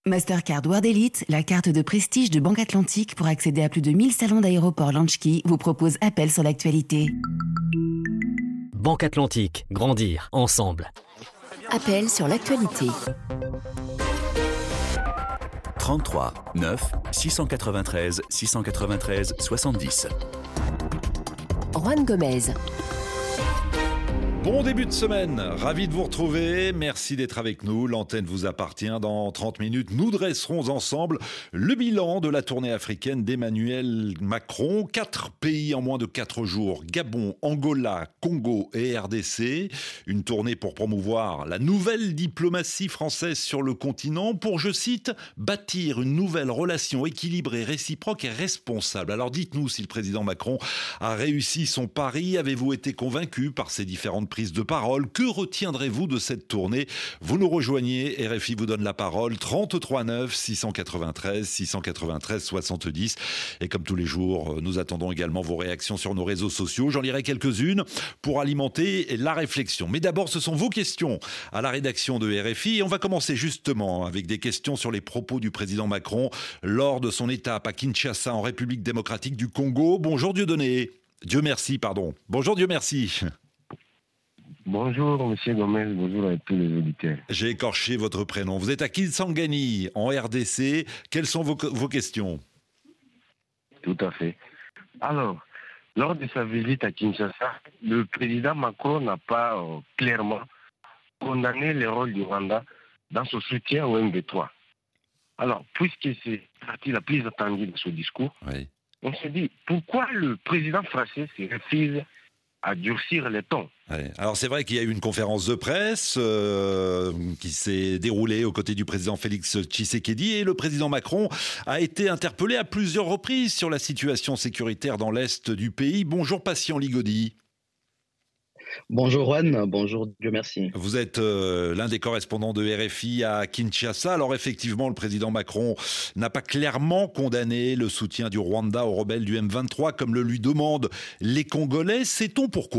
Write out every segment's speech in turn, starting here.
Mastercard World Elite, la carte de prestige de Banque Atlantique pour accéder à plus de 1000 salons d'aéroports Launchkey, vous propose Appel sur l'actualité. Banque Atlantique, grandir ensemble. Appel sur l'actualité. 33 9 693 693 70. Juan Gomez. Bon début de semaine, ravi de vous retrouver, merci d'être avec nous, l'antenne vous appartient. Dans 30 minutes, nous dresserons ensemble le bilan de la tournée africaine d'Emmanuel Macron. 4 pays en moins de 4 jours, Gabon, Angola, Congo et RDC. Une tournée pour promouvoir la nouvelle diplomatie française sur le continent pour, je cite, bâtir une nouvelle relation équilibrée, réciproque et responsable. Alors dites-nous si le président Macron a réussi son pari, avez-vous été convaincu par ces différentes prise de parole. Que retiendrez-vous de cette tournée? Vous nous rejoignez, RFI vous donne la parole, 33 9 693 693 70. Et comme tous les jours, nous attendons également vos réactions sur nos réseaux sociaux. J'en lirai quelques-unes pour alimenter la réflexion. Mais d'abord, ce sont vos questions à la rédaction de RFI. Et on va commencer justement avec des questions sur les propos du président Macron lors de son étape à Kinshasa, en République démocratique du Congo. Bonjour Dieudonné. Dieu merci, pardon. Bonjour Dieu merci. Bonjour, monsieur Gomez, bonjour à tous les auditeurs. J'ai écorché votre prénom. Vous êtes à Kisangani, en RDC. Quelles sont vos questions? Tout à fait. Alors, lors de sa visite à Kinshasa, le président Macron n'a pas clairement condamné le rôle du Rwanda dans son soutien au MV3. Alors, puisque c'est la partie la plus attendue de ce discours, oui, on se dit, pourquoi le président français se refuse à durcir les tons? Ouais. Alors c'est vrai qu'il y a eu une conférence de presse qui s'est déroulée aux côtés du président Félix Tshisekedi et le président Macron a été interpellé à plusieurs reprises sur la situation sécuritaire dans l'est du pays. Bonjour Patient Ligodi. Bonjour Juan, bonjour, Dieu merci. Vous êtes l'un des correspondants de RFI à Kinshasa. Alors effectivement, le président Macron n'a pas clairement condamné le soutien du Rwanda aux rebelles du M23 comme le lui demandent les Congolais. Sait-on pourquoi ?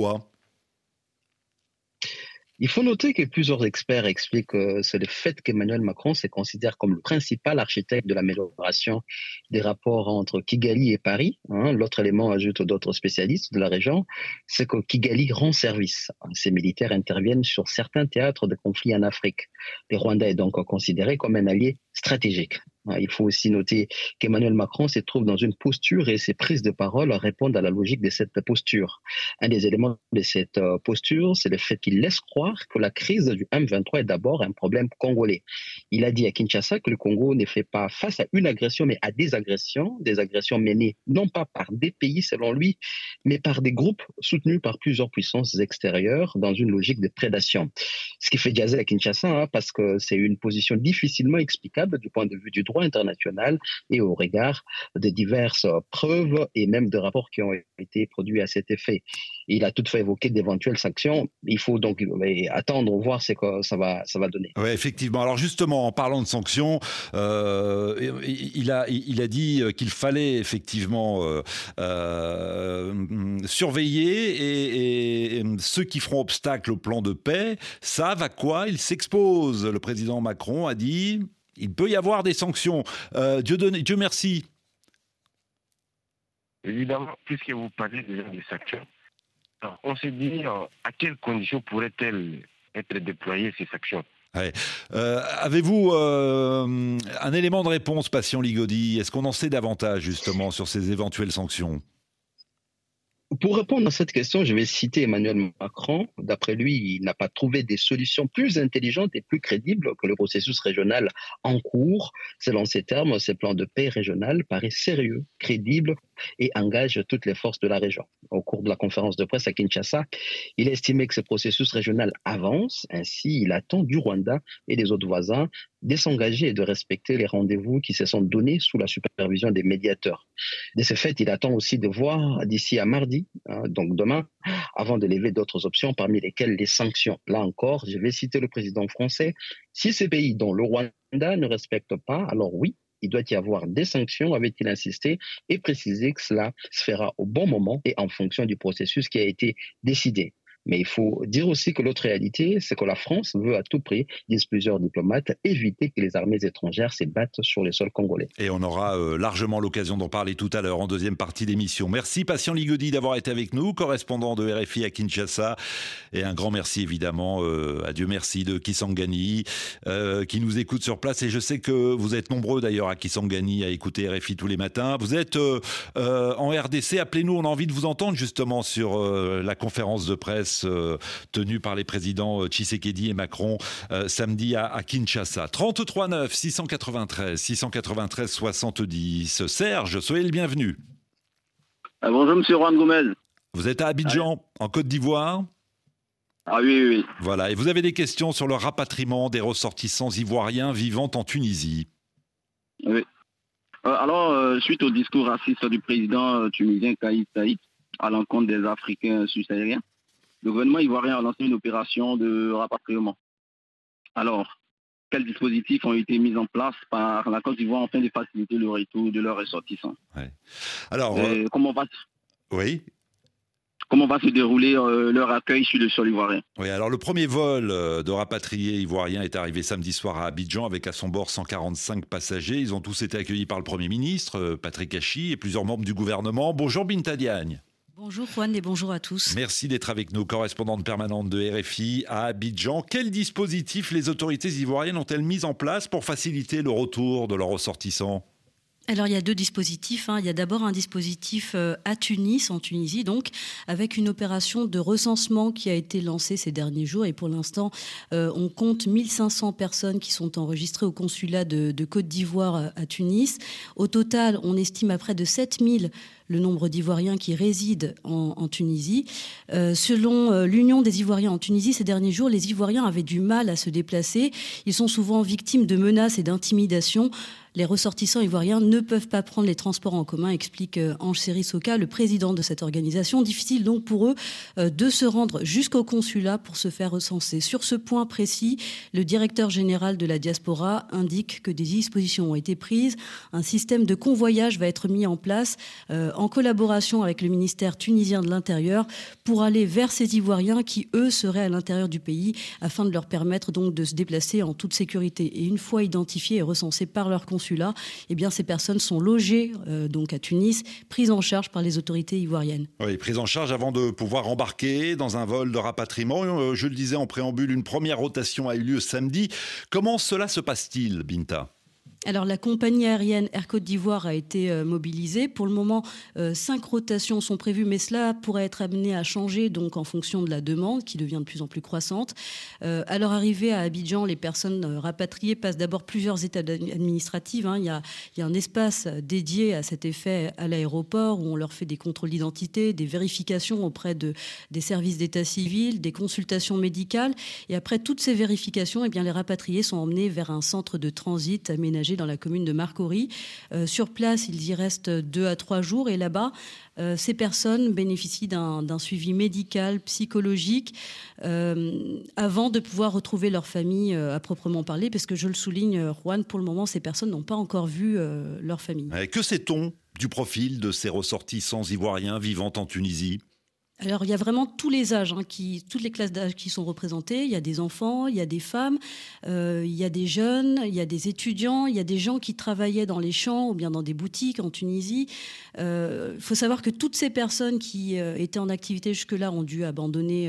Il faut noter que plusieurs experts expliquent que c'est le fait qu'Emmanuel Macron se considère comme le principal architecte de l'amélioration des rapports entre Kigali et Paris. L'autre élément, ajoute d'autres spécialistes de la région, c'est que Kigali rend service. Ces militaires interviennent sur certains théâtres de conflits en Afrique. Le Rwanda est donc considéré comme un allié stratégique. Il faut aussi noter qu'Emmanuel Macron se trouve dans une posture et ses prises de parole répondent à la logique de cette posture. Un des éléments de cette posture, c'est le fait qu'il laisse croire que la crise du M23 est d'abord un problème congolais. Il a dit à Kinshasa que le Congo ne fait pas face à une agression, mais à des agressions menées non pas par des pays selon lui, mais par des groupes soutenus par plusieurs puissances extérieures dans une logique de prédation. Ce qui fait jaser à Kinshasa, parce que c'est une position difficilement explicable du point de vue du droit international et au regard de diverses preuves et même de rapports qui ont été produits à cet effet. Il a toutefois évoqué d'éventuelles sanctions. Il faut donc attendre, voir ce que ça va donner. Oui, effectivement. Alors justement, en parlant de sanctions, il a dit qu'il fallait effectivement surveiller et ceux qui feront obstacle au plan de paix savent à quoi ils s'exposent. Le président Macron a dit... Il peut y avoir des sanctions. Dieu merci. Évidemment, puisque vous parlez déjà des sanctions, on se dit à quelles conditions pourraient-elles être déployées ces sanctions? Ouais. Avez-vous un élément de réponse, Patient Ligodi? Est-ce qu'on en sait davantage justement sur ces éventuelles sanctions? Pour répondre à cette question, je vais citer Emmanuel Macron. D'après lui, il n'a pas trouvé des solutions plus intelligentes et plus crédibles que le processus régional en cours. Selon ses termes, ce plan de paix régional paraît sérieux, crédible et engage toutes les forces de la région. Au cours de la conférence de presse à Kinshasa, il a estimé que ce processus régional avance. Ainsi, il attend du Rwanda et des autres voisins de s'engager et de respecter les rendez-vous qui se sont donnés sous la supervision des médiateurs. De ce fait, il attend aussi de voir d'ici à mardi, donc demain, avant de lever d'autres options, parmi lesquelles les sanctions. Là encore, je vais citer le président français. Si ces pays, dont le Rwanda, ne respectent pas, alors oui, il doit y avoir des sanctions, avait-il insisté, et précisé que cela se fera au bon moment et en fonction du processus qui a été décidé. Mais il faut dire aussi que l'autre réalité, c'est que la France veut à tout prix, disent plusieurs diplomates, éviter que les armées étrangères se battent sur les sols congolais. Et on aura largement l'occasion d'en parler tout à l'heure en deuxième partie d'émission. Merci Patient Ligodi d'avoir été avec nous, correspondant de RFI à Kinshasa. Et un grand merci évidemment, à Dieu merci, de Kisangani, qui nous écoute sur place. Et je sais que vous êtes nombreux d'ailleurs à Kisangani à écouter RFI tous les matins. Vous êtes en RDC, appelez-nous, on a envie de vous entendre justement sur la conférence de presse tenue par les présidents Tshisekedi et Macron samedi à Kinshasa. 33 9 693 70. Serge, soyez le bienvenu. Bonjour Monsieur Juan Gomez. Vous êtes à Abidjan, en Côte d'Ivoire. Ah oui. Voilà, et vous avez des questions sur le rapatriement des ressortissants ivoiriens vivant en Tunisie. Oui. Alors, suite au discours raciste du président tunisien Kais Saied à l'encontre des Africains subsahariens, le gouvernement ivoirien a lancé une opération de rapatriement. Alors, quels dispositifs ont été mis en place par la Côte d'Ivoire afin de faciliter le retour de leurs ressortissants? Ouais. Alors, comment va se dérouler leur accueil sur le sol ivoirien? Oui, alors le premier vol de rapatriés ivoiriens est arrivé samedi soir à Abidjan avec à son bord 145 passagers. Ils ont tous été accueillis par le Premier ministre, Patrick Hachi, et plusieurs membres du gouvernement. Bonjour Binta Diagne. Bonjour Juan et bonjour à tous. Merci d'être avec nous, correspondante permanente de RFI à Abidjan. Quels dispositifs les autorités ivoiriennes ont-elles mis en place pour faciliter le retour de leurs ressortissants ? Alors il y a deux dispositifs. Il y a d'abord un dispositif à Tunis, en Tunisie, donc, avec une opération de recensement qui a été lancée ces derniers jours. Et pour l'instant, on compte 1500 personnes qui sont enregistrées au consulat de Côte d'Ivoire à Tunis. Au total, on estime à près de 7000 le nombre d'Ivoiriens qui résident en Tunisie. Selon l'Union des Ivoiriens en Tunisie, ces derniers jours, les Ivoiriens avaient du mal à se déplacer. Ils sont souvent victimes de menaces et d'intimidations. Les ressortissants ivoiriens ne peuvent pas prendre les transports en commun, explique Ange Seri-Soka, le président de cette organisation. Difficile donc pour eux de se rendre jusqu'au consulat pour se faire recenser. Sur ce point précis, le directeur général de la diaspora indique que des dispositions ont été prises. Un système de convoyage va être mis en place en collaboration avec le ministère tunisien de l'Intérieur pour aller vers ces Ivoiriens qui, eux, seraient à l'intérieur du pays afin de leur permettre donc de se déplacer en toute sécurité. Et une fois identifiés et recensés par leur consulat, eh bien, ces personnes sont logées donc à Tunis, prises en charge par les autorités ivoiriennes. Oui, prises en charge avant de pouvoir embarquer dans un vol de rapatriement. Je le disais en préambule, une première rotation a eu lieu samedi. Comment cela se passe-t-il, Binta ? Alors, la compagnie aérienne Air Côte d'Ivoire a été mobilisée. Pour le moment, 5 rotations sont prévues, mais cela pourrait être amené à changer donc en fonction de la demande qui devient de plus en plus croissante. À leur arrivée à Abidjan, les personnes rapatriées passent d'abord plusieurs étapes administratives. Il y a un espace dédié à cet effet à l'aéroport où on leur fait des contrôles d'identité, des vérifications auprès des services d'état civil, des consultations médicales. Et après toutes ces vérifications, eh bien, les rapatriés sont emmenés vers un centre de transit aménagé dans la commune de Marcory. Sur place, ils y restent 2 à 3 jours et là-bas, ces personnes bénéficient d'un suivi médical, psychologique, avant de pouvoir retrouver leur famille à proprement parler, parce que je le souligne, Juan, pour le moment, ces personnes n'ont pas encore vu leur famille. Que sait-on du profil de ces ressortissants ivoiriens vivant en Tunisie ? Alors, il y a vraiment tous les âges, toutes les classes d'âge qui sont représentées. Il y a des enfants, il y a des femmes, il y a des jeunes, il y a des étudiants, il y a des gens qui travaillaient dans les champs ou bien dans des boutiques en Tunisie. Il faut savoir que toutes ces personnes qui étaient en activité jusque-là ont dû abandonner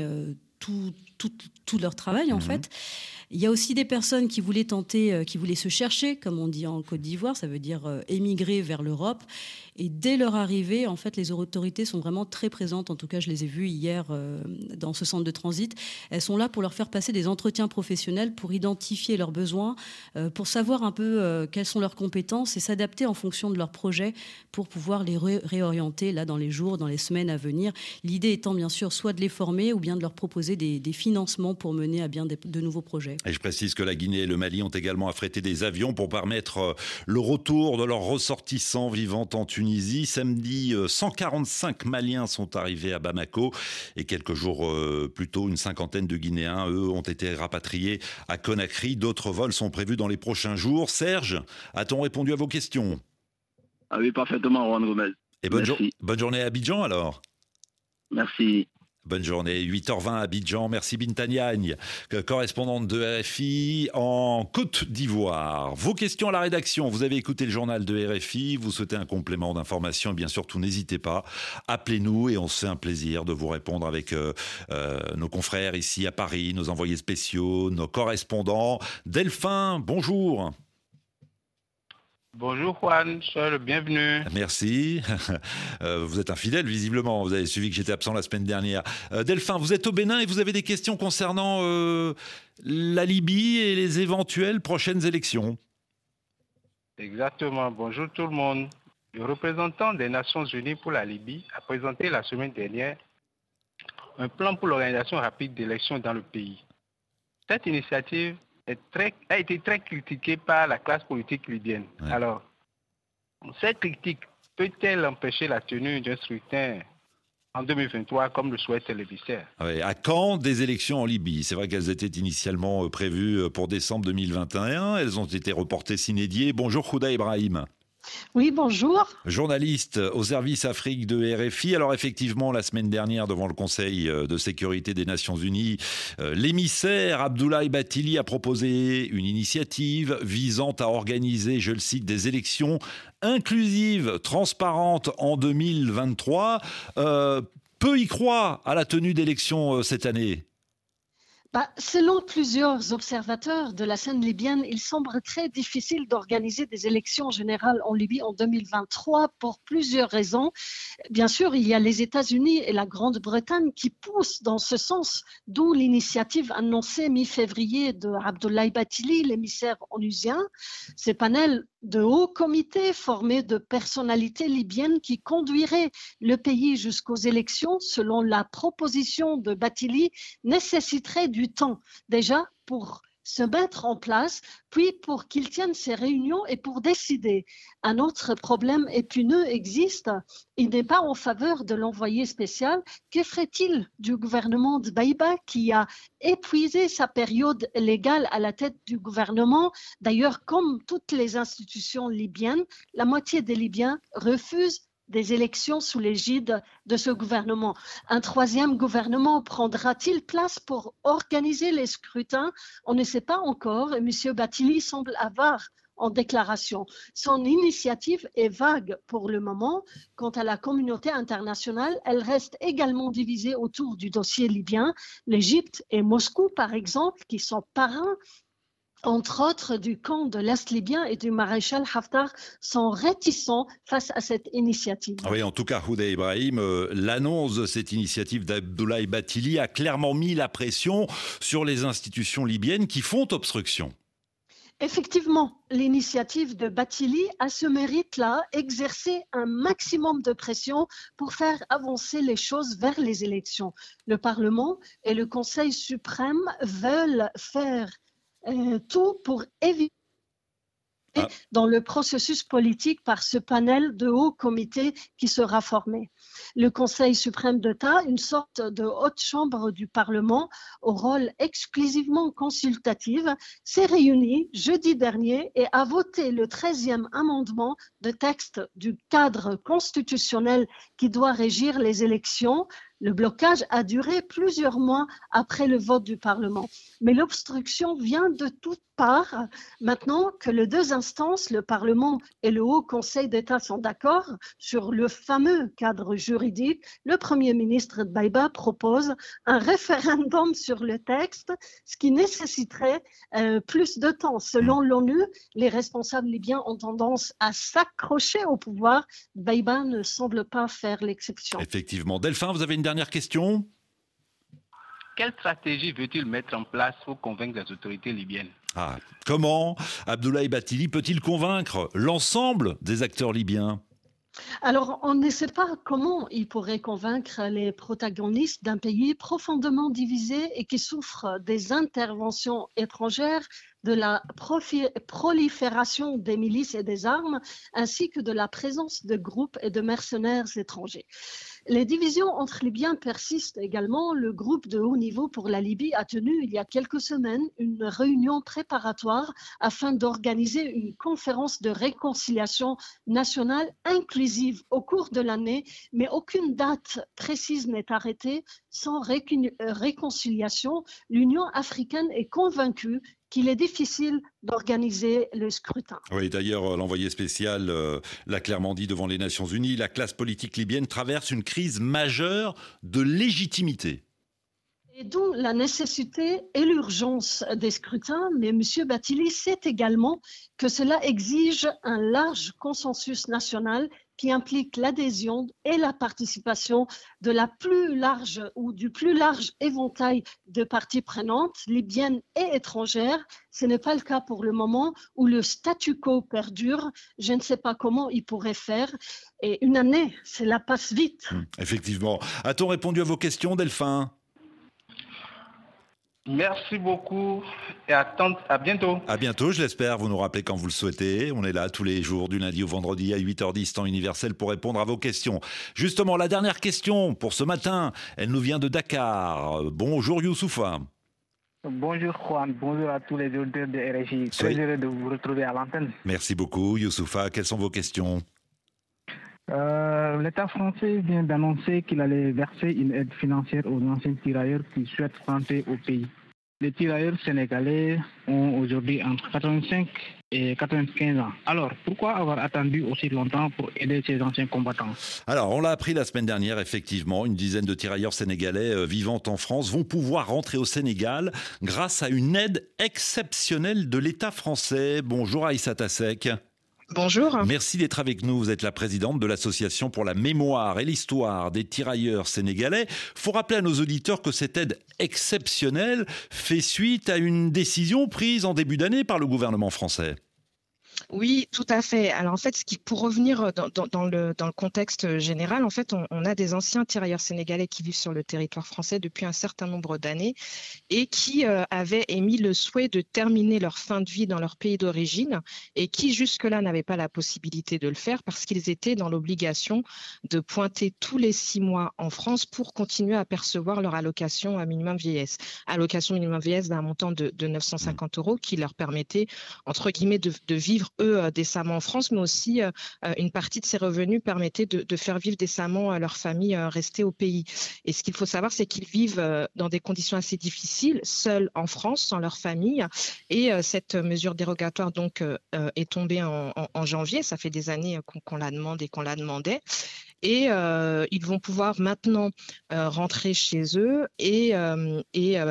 tout leur travail, en fait. Il y a aussi des personnes qui voulaient qui voulaient se chercher, comme on dit en Côte d'Ivoire, ça veut dire émigrer vers l'Europe. Et dès leur arrivée, en fait, les autorités sont vraiment très présentes. En tout cas, je les ai vues hier dans ce centre de transit. Elles sont là pour leur faire passer des entretiens professionnels, pour identifier leurs besoins, pour savoir un peu quelles sont leurs compétences et s'adapter en fonction de leurs projets pour pouvoir les réorienter là dans les jours, dans les semaines à venir. L'idée étant bien sûr soit de les former ou bien de leur proposer des financements pour mener à bien de nouveaux projets. Et je précise que la Guinée et le Mali ont également affrété des avions pour permettre le retour de leurs ressortissants vivant en Tunisie. Samedi, 145 Maliens sont arrivés à Bamako et quelques jours plus tôt, une cinquantaine de Guinéens, eux, ont été rapatriés à Conakry. D'autres vols sont prévus dans les prochains jours. Serge, a-t-on répondu à vos questions ? Ah oui, parfaitement, Juan Gomez. Et bonne journée à Abidjan alors. Merci. Bonne journée, 8h20 à Abidjan. Merci Binta Niagne, correspondante de RFI en Côte d'Ivoire. Vos questions à la rédaction, vous avez écouté le journal de RFI, vous souhaitez un complément d'information, et bien surtout n'hésitez pas, appelez-nous et on se fait un plaisir de vous répondre avec nos confrères ici à Paris, nos envoyés spéciaux, nos correspondants. Delphin, bonjour. Bonjour Juan, sois le bienvenu. Merci. Vous êtes un fidèle visiblement, vous avez suivi que j'étais absent la semaine dernière. Delphin, vous êtes au Bénin et vous avez des questions concernant la Libye et les éventuelles prochaines élections. Exactement, bonjour tout le monde. Le représentant des Nations Unies pour la Libye a présenté la semaine dernière un plan pour l'organisation rapide d'élections dans le pays. Cette initiative a été très critiquée par la classe politique libyenne. Ouais. Alors, cette critique peut-elle empêcher la tenue d'un scrutin en 2023 comme le souhaite l'émissaire? Oui, à quand des élections en Libye? C'est vrai qu'elles étaient initialement prévues pour décembre 2021. Elles ont été reportées sine die. Bonjour Khouda Ibrahim. Oui, bonjour. Journaliste au service Afrique de RFI. Alors effectivement, la semaine dernière, devant le Conseil de sécurité des Nations Unies, l'émissaire Abdoulaye Bathily a proposé une initiative visant à organiser, je le cite, des élections inclusives, transparentes en 2023. Peu y croient à la tenue d'élections cette année. Selon plusieurs observateurs de la scène libyenne, il semble très difficile d'organiser des élections générales en Libye en 2023 pour plusieurs raisons. Bien sûr, il y a les États-Unis et la Grande-Bretagne qui poussent dans ce sens, d'où l'initiative annoncée mi-février de Abdoulaye Bathily, l'émissaire onusien. Ces panels de haut comité formés de personnalités libyennes qui conduiraient le pays jusqu'aux élections, selon la proposition de Bathily, nécessiterait du temps déjà pour se mettre en place, puis pour qu'il tienne ses réunions et pour décider. Un autre problème épineux existe. Il n'est pas en faveur de l'envoyé spécial. Que ferait-il du gouvernement de Baïba qui a épuisé sa période légale à la tête du gouvernement? D'ailleurs, comme toutes les institutions libyennes, la moitié des Libyens refusent des élections sous l'égide de ce gouvernement. Un troisième gouvernement prendra-t-il place pour organiser les scrutins? On ne sait pas encore et M. Bathily semble avare en déclaration. Son initiative est vague pour le moment. Quant à la communauté internationale, elle reste également divisée autour du dossier libyen. L'Égypte et Moscou, par exemple, qui sont parrains entre autres du camp de l'Est libyen et du maréchal Haftar, sont réticents face à cette initiative. Oui, en tout cas, Khouda Ibrahim, l'annonce de cette initiative d'Abdoulaye Bathily a clairement mis la pression sur les institutions libyennes qui font obstruction. Effectivement, l'initiative de Bathily a ce mérite-là, exercer un maximum de pression pour faire avancer les choses vers les élections. Le Parlement et le Conseil suprême veulent faire tout pour éviter dans le processus politique par ce panel de haut comité qui sera formé. Le Conseil suprême d'État, une sorte de haute chambre du Parlement au rôle exclusivement consultatif, s'est réuni jeudi dernier et a voté le 13e amendement de texte du cadre constitutionnel qui doit régir les élections. Le blocage a duré plusieurs mois après le vote du Parlement. Mais l'obstruction vient de toutes parts. Maintenant que les deux instances, le Parlement et le Haut Conseil d'État, sont d'accord sur le fameux cadre juridique, le Premier ministre de Baïba propose un référendum sur le texte, ce qui nécessiterait plus de temps. Selon l'ONU, les responsables libyens ont tendance à s'accrocher au pouvoir. Baïba ne semble pas faire l'exception. Effectivement. Delphin, vous avez une dernière question? Quelle stratégie veut-il mettre en place pour convaincre les autorités libyennes? Comment Abdoulaye Bathily peut-il convaincre l'ensemble des acteurs libyens? Alors, on ne sait pas comment il pourrait convaincre les protagonistes d'un pays profondément divisé et qui souffre des interventions étrangères, de la prolifération des milices et des armes, ainsi que de la présence de groupes et de mercenaires étrangers. Les divisions entre Libyens persistent également. Le groupe de haut niveau pour la Libye a tenu il y a quelques semaines une réunion préparatoire afin d'organiser une conférence de réconciliation nationale inclusive au cours de l'année, mais aucune date précise n'est arrêtée. Sans réconciliation, l'Union africaine est convaincue qu'il est difficile d'organiser le scrutin. Oui, d'ailleurs, l'envoyé spécial l'a clairement dit devant les Nations Unies, la classe politique libyenne traverse une crise majeure de légitimité. Et d'où la nécessité et l'urgence des scrutins, mais M. Bathily sait également que cela exige un large consensus national qui implique l'adhésion et la participation de la plus large ou du plus large éventail de parties prenantes, libyennes et étrangères. Ce n'est pas le cas pour le moment où le statu quo perdure. Je ne sais pas comment il pourrait faire. Et une année, cela passe vite. Effectivement. A-t-on répondu à vos questions, Delphin ? Merci beaucoup et à bientôt. À bientôt, je l'espère. Vous nous rappelez quand vous le souhaitez. On est là tous les jours, du lundi au vendredi à 8h10, temps universel, pour répondre à vos questions. Justement, la dernière question pour ce matin, elle nous vient de Dakar. Bonjour Youssoufa. Bonjour Juan, bonjour à tous les auditeurs de RFI. Très heureux de vous retrouver à l'antenne. Merci beaucoup Youssoufa. Quelles sont vos questions ? L'État français vient d'annoncer qu'il allait verser une aide financière aux anciens tirailleurs qui souhaitent rentrer au pays. Les tirailleurs sénégalais ont aujourd'hui entre 85 et 95 ans. Alors, pourquoi avoir attendu aussi longtemps pour aider ces anciens combattants ? Alors, on l'a appris la semaine dernière, effectivement, une dizaine de tirailleurs sénégalais vivant en France vont pouvoir rentrer au Sénégal grâce à une aide exceptionnelle de l'État français. Bonjour Aïssata Seck. Bonjour. Merci d'être avec nous. Vous êtes la présidente de l'Association pour la mémoire et l'histoire des tirailleurs sénégalais. Il faut rappeler à nos auditeurs que cette aide exceptionnelle fait suite à une décision prise en début d'année par le gouvernement français. Oui, tout à fait. Alors en fait, pour revenir dans le contexte général, en fait, on a des anciens tirailleurs sénégalais qui vivent sur le territoire français depuis un certain nombre d'années et qui avaient émis le souhait de terminer leur fin de vie dans leur pays d'origine et qui jusque-là n'avaient pas la possibilité de le faire parce qu'ils étaient dans l'obligation de pointer tous les 6 mois en France pour continuer à percevoir leur allocation minimum vieillesse. Allocation minimum vieillesse d'un montant de 950 € qui leur permettait, entre guillemets, de vivre eux décemment en France, mais aussi une partie de ces revenus permettait de faire vivre décemment leur famille restée au pays. Et ce qu'il faut savoir, c'est qu'ils vivent dans des conditions assez difficiles, seuls en France, sans leur famille. Et cette mesure dérogatoire donc est tombée en janvier. Ça fait des années qu'on la demande et qu'on la demandait. Et ils vont pouvoir maintenant rentrer chez eux et en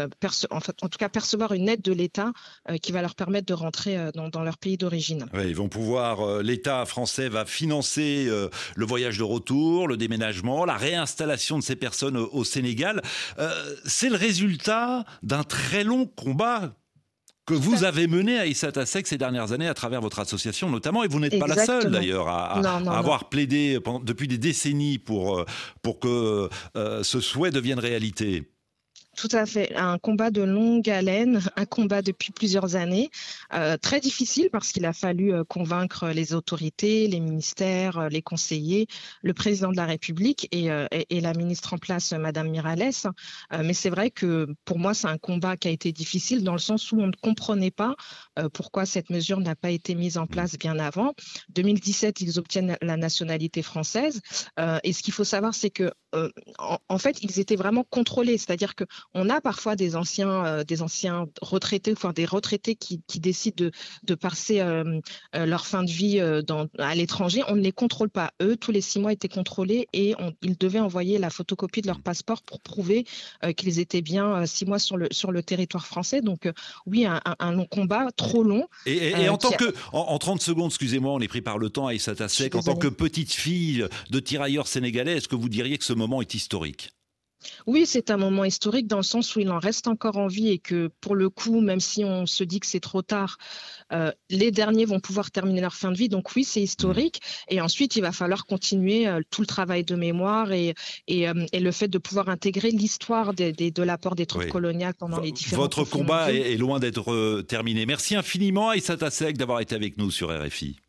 tout cas percevoir une aide de l'État qui va leur permettre de rentrer dans leur pays d'origine. Oui, ils vont pouvoir, l'État français va financer le voyage de retour, le déménagement, la réinstallation de ces personnes au Sénégal. C'est le résultat d'un très long combat que vous avez mené, Aïssata Seck, ces dernières années à travers votre association notamment, et vous n'êtes pas la seule d'ailleurs à avoir plaidé depuis des décennies pour que ce souhait devienne réalité. Tout à fait. Un combat de longue haleine, un combat depuis plusieurs années, très difficile parce qu'il a fallu convaincre les autorités, les ministères, les conseillers, le président de la République et la ministre en place, Madame Miralles. Mais c'est vrai que pour moi, c'est un combat qui a été difficile dans le sens où on ne comprenait pas pourquoi cette mesure n'a pas été mise en place bien avant. 2017, ils obtiennent la nationalité française. Et ce qu'il faut savoir, c'est que en fait, ils étaient vraiment contrôlés. C'est-à-dire que on a parfois des anciens retraités, enfin des retraités qui décident de passer leur fin de vie à l'étranger. On ne les contrôle pas. Eux, tous les 6 mois étaient contrôlés et ils devaient envoyer la photocopie de leur passeport pour prouver qu'ils étaient bien 6 mois sur le territoire français. Donc oui, un long combat, trop long. Et en 30 secondes, excusez-moi, on est pris par le temps, Aïssata Seck, en tant que petite fille de tirailleurs sénégalais, est-ce que vous diriez que ce moment est historique ? Oui, c'est un moment historique dans le sens où il en reste encore en vie et que pour le coup, même si on se dit que c'est trop tard, les derniers vont pouvoir terminer leur fin de vie. Donc oui, c'est historique. Et ensuite, il va falloir continuer tout le travail de mémoire et le fait de pouvoir intégrer l'histoire de l'apport des troupes coloniales pendant les différents Votre combat est loin d'être terminé. Merci infiniment, Aïssata Seck, d'avoir été avec nous sur RFI.